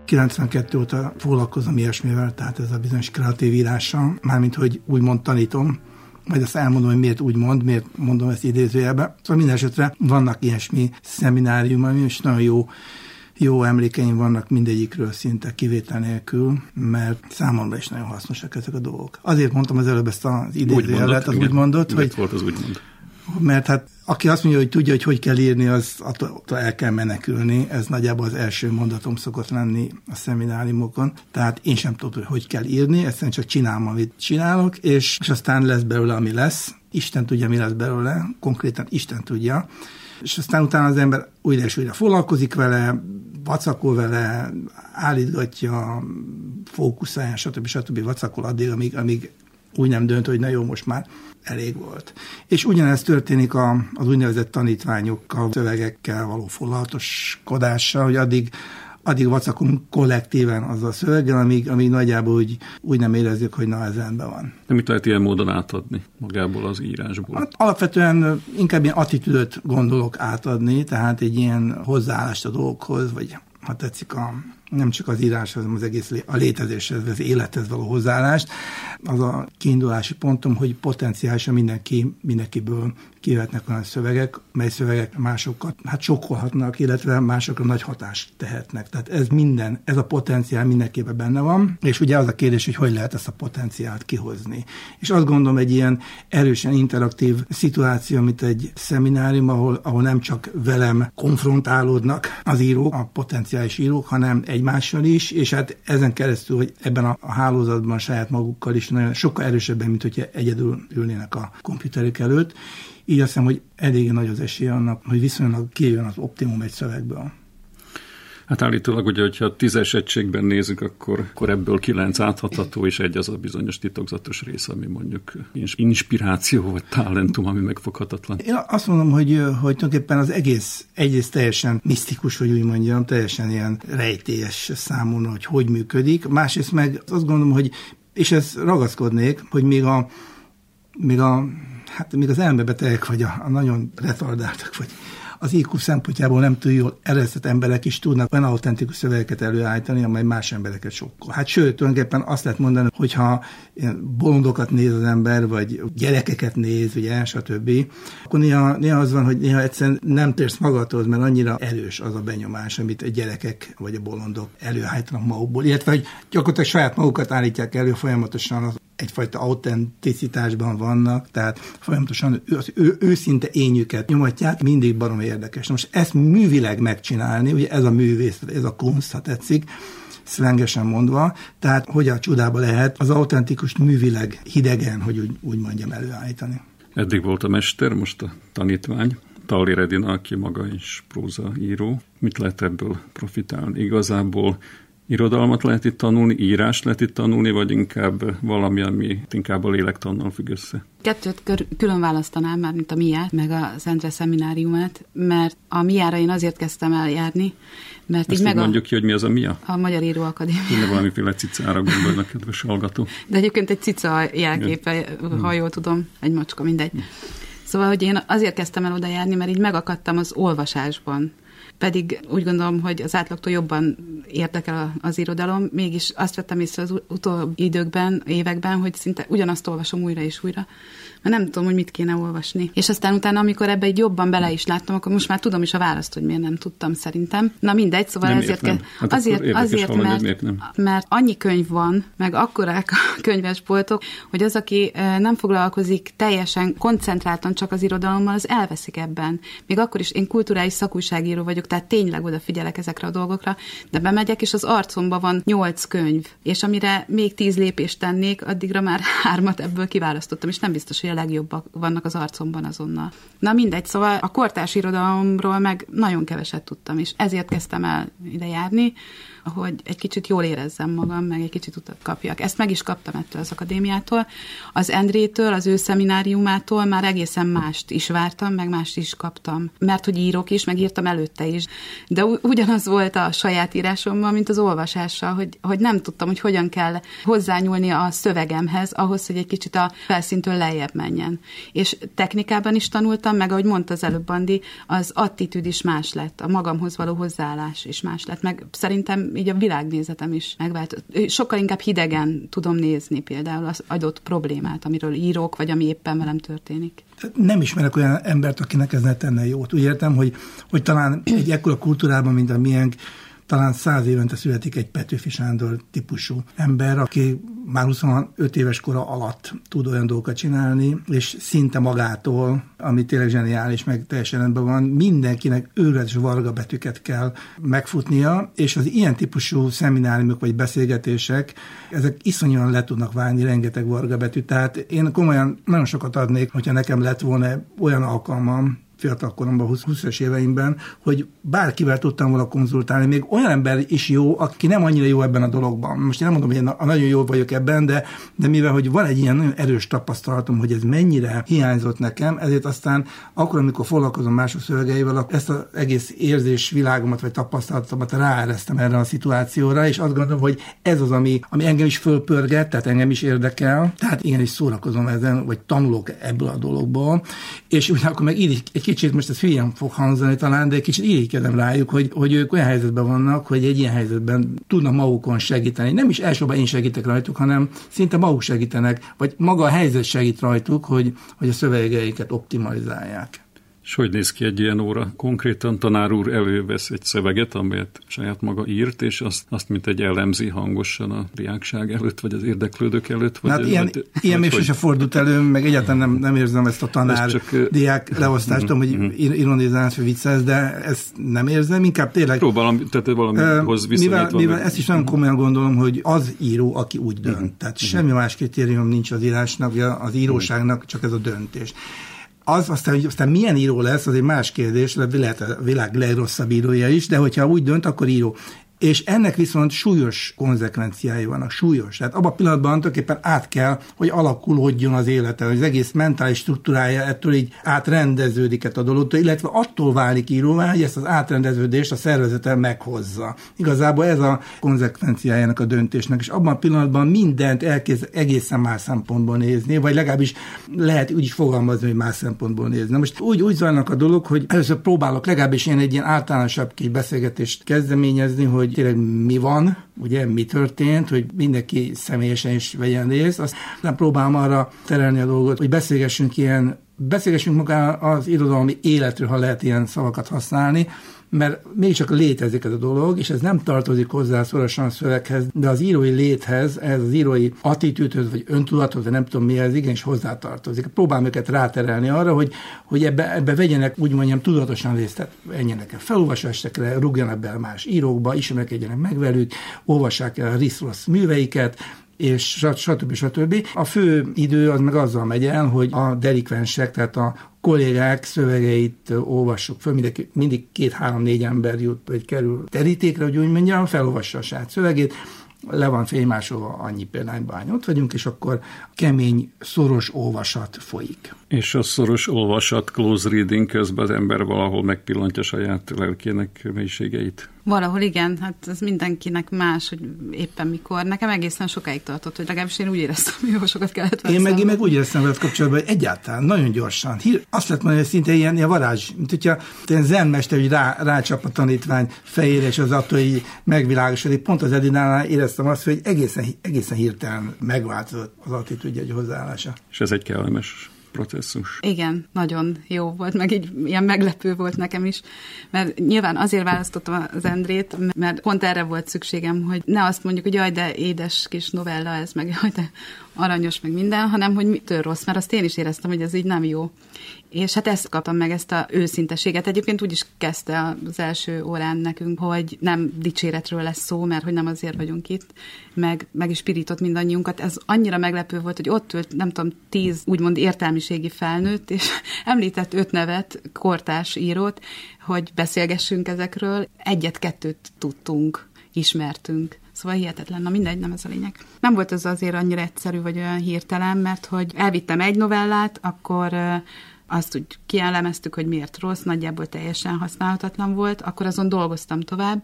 92 óta foglalkozom ilyesmivel, tehát ez a bizonyos kreatív írással, mármint, hogy úgymond tanítom, majd azt elmondom, hogy miért mondom ezt idézőjelbe. Szóval minden esetre vannak ilyesmi szemináriumok, és nagyon jó emlékeim vannak mindegyikről szinte kivétel nélkül, mert számomra is nagyon hasznosak ezek a dolgok. Azért mondtam az előbb ezt az idézőjelet, az úgy mondott, hogy... volt az úgymond? Mert hát aki azt mondja, hogy tudja, hogy kell írni, az attól el kell menekülni. Ez nagyjából az első mondatom szokott lenni a szemináriumokon. Tehát én sem tudom, hogy kell írni, egyszerűen csak csinálom, amit csinálok, és aztán lesz belőle, ami lesz. Isten tudja, mi lesz belőle, konkrétan Isten tudja. És aztán utána az ember újra és újra foglalkozik vele, vacakol vele, állítgatja, fókuszálja, stb. Vacakol addig, amíg úgy nem dönt, hogy na jó, most már elég volt. És ugyanezt történik az úgynevezett tanítványokkal, szövegekkel való foglalatoskodással, hogy addig vacakolunk kollektíven azzal a szöveggel, amíg nagyjából úgy nem érezzük, hogy na ez rendben van. De mit lehet ilyen módon átadni magából az írásból? Hát alapvetően inkább ilyen attitűdöt gondolok átadni, tehát egy ilyen hozzáállást a dolgokhoz, vagy ha tetszik nem csak az íráshoz, hanem az egész a létezéshez, az élethez való hozzáállást. Az a kiindulási pontom, hogy potenciálisan mindenkiből kijöhetnek olyan szövegek, mely szövegek másokat sokkolhatnak, illetve másokra nagy hatást tehetnek. Tehát ez a potenciál mindenkiben benne van, és ugye az a kérdés, hogy lehet ezt a potenciált kihozni. És azt gondolom, egy ilyen erősen interaktív szituáció, mint egy szeminárium, ahol nem csak velem konfrontálódnak az írók, a potenciális írók, hanem egymással is, és hát ezen keresztül, hogy ebben a hálózatban saját magukkal is nagyon sokkal erősebben, mint hogyha egyedül ülnének a komputerük előtt. Így azt hiszem, hogy eléggé nagy az esély annak, hogy viszonylag kijön az optimum egy szövegből. Hát állítólag, ugye, hogyha 10-es egységben nézzük, akkor ebből 9 áthatható, és egy az a bizonyos titokzatos rész, ami mondjuk inspiráció vagy talentum, ami megfoghatatlan. Én azt mondom, hogy tulajdonképpen az egész egyrészt teljesen misztikus, hogy úgy mondjam, teljesen ilyen rejtélyes számomra, hogy működik. Másrészt meg azt gondolom, hogy, és ez ragaszkodnék, hogy még az elmebetegek, vagy a nagyon retardáltak, vagy az IQ szempontjából nem túl jól eresztett emberek is tudnak olyan autentikus szövegeket előállítani, amely más embereket sokkal. Hát sőt, tulajdonképpen azt lehet mondani, hogyha bolondokat néz az ember, vagy gyerekeket néz, ugye, stb., akkor néha az van, hogy néha egyszerűen nem térsz magadhoz, mert annyira erős az a benyomás, amit a gyerekek vagy a bolondok előállítanak magukból, illetve hogy gyakorlatilag saját magukat állítják elő folyamatosan, egyfajta autenticitásban vannak, tehát folyamatosan az őszinte ényüket nyomatják, mindig barom érdekes. Most ezt művileg megcsinálni, ugye ez a művészet, ez a kunst, ha tetszik, szlengesen mondva, tehát hogy a csodába lehet az autentikus művileg hidegen, hogy úgy mondjam, előállítani. Eddig volt a mester, most a tanítvány. Tallér Edina, aki maga is prózaíró. Mit lehet ebből profitálni? Igazából irodalmat lehet itt tanulni, írást lehet itt tanulni, vagy inkább valami, ami inkább a lélektannal függ össze? Kettőt külön választanám már, mint a MIA-t, meg az Endre szemináriumát, mert a MIA-ra én azért kezdtem el járni, mert így mondjuk ki, hogy mi az a MIA? A Magyar Író Akadémia. Tényleg valamiféle cicára gondolnak, kedves hallgató. De egyébként egy cica jelképe, ha jól tudom, egy macska, mindegy. Szóval, hogy én azért kezdtem el oda járni, mert így megakadtam az olvasásban. Pedig úgy gondolom, hogy az átlagtól jobban érdekel az irodalom, mégis azt vettem észre az utóbbi időkben, években, hogy szinte ugyanazt olvasom újra és újra, mert nem tudom, hogy mit kéne olvasni. És aztán utána, amikor ebbe egy jobban bele is láttam, akkor most már tudom is a választ, hogy miért nem tudtam szerintem. Na mindegy, szóval nem ezért kell. Hát azért mert annyi könyv van, meg akkorák a könyvesboltok, hogy az, aki nem foglalkozik teljesen koncentráltan csak az irodalommal, az elveszik ebben. Még akkor is én kulturális szakújságíró vagyok, tehát tényleg odafigyelek ezekre a dolgokra, de bemegyek, és az arcomban van 8 könyv, és amire még 10 lépést tennék, addigra már 3 ebből kiválasztottam, és nem biztos, hogy a legjobbak vannak az arcomban azonnal. Na mindegy, szóval a kortárs irodalomról meg nagyon keveset tudtam, és ezért kezdtem el ide járni, hogy egy kicsit jól érezzem magam, meg egy kicsit utat kapjak. Ezt meg is kaptam ettől az akadémiától. Az Endrétől, az ő szemináriumától már egészen mást is vártam, meg mást is kaptam. Mert hogy írok is, meg írtam előtte is. De ugyanaz volt a saját írásommal, mint az olvasással, hogy nem tudtam, hogy hogyan kell hozzányúlni a szövegemhez, ahhoz, hogy egy kicsit a felszíntől lejjebb menjen. És technikában is tanultam, meg ahogy mondta az előbb Andi, az attitűd is más lett, a magamhoz való hozzáállás is más lett, meg szerintem így a világnézetem is megváltozott. Sokkal inkább hidegen tudom nézni például az adott problémát, amiről írok, vagy ami éppen velem történik. Nem ismerek olyan embert, akinek ez ne tenne jót. Úgy értem, hogy talán egy ekkora kultúrában, mint a miénk, talán 100 évente születik egy Petőfi Sándor típusú ember, aki már 25 éves kora alatt tud olyan dolgokat csinálni, és szinte magától, ami tényleg zseniális, meg teljesen rendben van, mindenkinek őrületes varga betűket kell megfutnia, és az ilyen típusú szemináriumok vagy beszélgetések, ezek iszonyúan le tudnak válni rengeteg varga betűt. Tehát én komolyan nagyon sokat adnék, hogyha nekem lett volna olyan alkalmam, fiatal koromban, 20-es éveimben, hogy bárkivel tudtam volna konzultálni, még olyan ember is jó, aki nem annyira jó ebben a dologban. Most én nem mondom, hogy én nagyon jó vagyok ebben, de mivel, hogy van egy ilyen nagyon erős tapasztalatom, hogy ez mennyire hiányzott nekem, ezért aztán akkor, amikor foglalkozom mások szövegeivel, ezt az egész érzésvilágomat vagy tapasztalatomat ráeresztem erre a szituációra, és azt gondolom, hogy ez az, ami engem is fölpörget, tehát engem is érdekel, tehát igenis szórakozom ezen, vagy tanulok ebből a dologból, és ugyanakkor meg így egy kicsit, most ez hülyen fog hangzani talán, de egy kicsit irigykedem rájuk, hogy ők olyan helyzetben vannak, hogy egy ilyen helyzetben tudnak magukon segíteni. Nem is elsősorban én segítek rajtuk, hanem szinte maguk segítenek, vagy maga a helyzet segít rajtuk, hogy a szövegeiket optimalizálják. És hogy néz ki egy ilyen óra? Konkrétan tanár úr elővesz egy szöveget, amelyet saját maga írt, és azt mint egy elemzi hangosan a diákság előtt, vagy az érdeklődők előtt? Vagy hát ilyen még sose fordult elő, meg egyáltalán nem érzem ezt a tanár-diák leosztást, hogy ironizálsz, vagy viccelsz, de ezt nem érzem, inkább tényleg... Próbálom, tehát valamihoz viszonyítva. Mivel ezt is nagyon komolyan gondolom, hogy az író, aki úgy dönt. Tehát semmi más kritérium nincs az írásnak, az íróságnak, csak ez a döntés. Aztán milyen író lesz, az egy más kérdés, lehet a világ legrosszabb írója is, de hogyha úgy dönt, akkor író. És ennek viszont súlyos konzekvenciái vannak, súlyos. Tehát abban a pillanatban tulajdonképpen át kell, hogy alakulódjon az élete, hogy az egész mentális struktúrája ettől így átrendeződik a dologtól, illetve attól válik íróvá, hogy ezt az átrendeződést a szervezete meghozza. Igazából ez a konzekvenciájának a döntésnek, és abban a pillanatban mindent elkezd egészen más szempontból nézni, vagy legalábbis lehet úgy is fogalmazni, hogy más szempontból nézni. Most úgy zajlanak a dolog, hogy először próbálok legalábbis én egy ilyen általánosabb kis beszélgetést kezdeményezni, hogy tényleg mi van, ugye, mi történt, hogy mindenki személyesen is vegyen részt. Aztán próbálom arra terelni a dolgot, hogy beszélgessünk maga az irodalmi életről, ha lehet ilyen szavakat használni, mert mégiscsak létezik ez a dolog, és ez nem tartozik hozzá szorosan a szöveghez, de az írói léthez, ez az írói attitűdhöz, vagy öntudathoz, vagy nem tudom mi ez, igenis hozzátartozik. Próbálom őket ráterelni arra, hogy ebbe vegyenek, úgy mondjam, tudatosan részt, tehát menjenek el felolvasásokra, rúgjanak be más írókba, ismerkedjenek meg velük, olvassák el a Risz-Rossz műveiket, és stb. A fő idő az meg azzal megy el, hogy a delikvensek, tehát a kollégák szövegeit olvassuk föl, mindig 2-3-4 ember jut, vagy kerül terítékre, hogy úgy mondjam, felolvassa a saját szövegét, le van fénymásolva annyi példányban, ott vagyunk, és akkor kemény, szoros olvasat folyik. És a szoros olvasat, close reading közben az ember valahol megpillantja saját lelkének mélységeit. Valahol igen, hát ez mindenkinek más, hogy éppen mikor. Nekem egészen sokáig tartott, hogy legalábbis én úgy éreztem, hogy jó sokat kellett vele. Én meg úgy éreztem veled kapcsolatban, hogy egyáltalán nagyon gyorsan. Azt lehet mondani, hogy szinte ilyen varázs, mint hogyha ilyen zenmester, hogy rácsap a tanítvány fejére, és az attól így megvilágosodik. Pont az Edinánál éreztem azt, hogy egészen hirtelen megváltozott az attitűdje, a hozzáállása. És ez egy kellemes processzus. Igen, nagyon jó volt, meg így ilyen meglepő volt nekem is, mert nyilván azért választottam az Endrét, mert pont erre volt szükségem, hogy ne azt mondjuk, hogy jaj, de édes kis novella ez, meg jaj, de aranyos, meg minden, hanem hogy mitől rossz, mert azt én is éreztem, hogy ez így nem jó. És hát ezt kaptam meg, ezt a őszinteséget. Egyébként úgy is kezdte az első órán nekünk, hogy nem dicséretről lesz szó, mert hogy nem azért vagyunk itt, meg is pirított mindannyiunkat. Ez annyira meglepő volt, hogy ott ült, nem tudom, 10 úgymond értelmiségi felnőtt, és említett 5 nevet, kortárs írót, hogy beszélgessünk ezekről. 1-2 tudtunk, ismertünk. Szóval hihetetlen, na mindegy, nem ez a lényeg. Nem volt ez azért annyira egyszerű, vagy olyan hirtelen, mert hogy elvittem egy novellát, akkor azt úgy kielemeztük, hogy miért rossz, nagyjából teljesen használhatatlan volt, akkor azon dolgoztam tovább,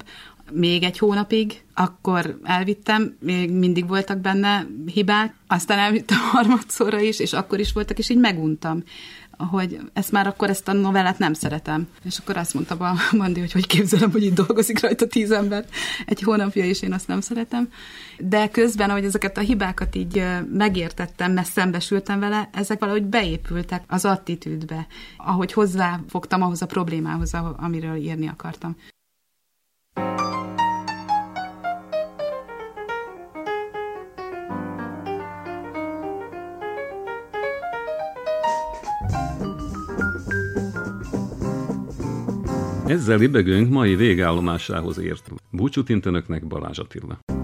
még egy hónapig, akkor elvittem, még mindig voltak benne hibák, aztán elvittem harmadszorra is, és akkor is voltak, és így meguntam, hogy ezt a novellát nem szeretem. És akkor azt mondta Bandi, hogy képzelem, hogy itt dolgozik rajta 10 ember egy hónapja, és én azt nem szeretem. De közben, ahogy ezeket a hibákat így megértettem, mert szembesültem vele, ezek valahogy beépültek az attitűdbe, ahogy hozzáfogtam ahhoz a problémához, amiről írni akartam. Ezzel libegőnk mai végállomásához ért. Búcsút int önöknek Balázs Attila.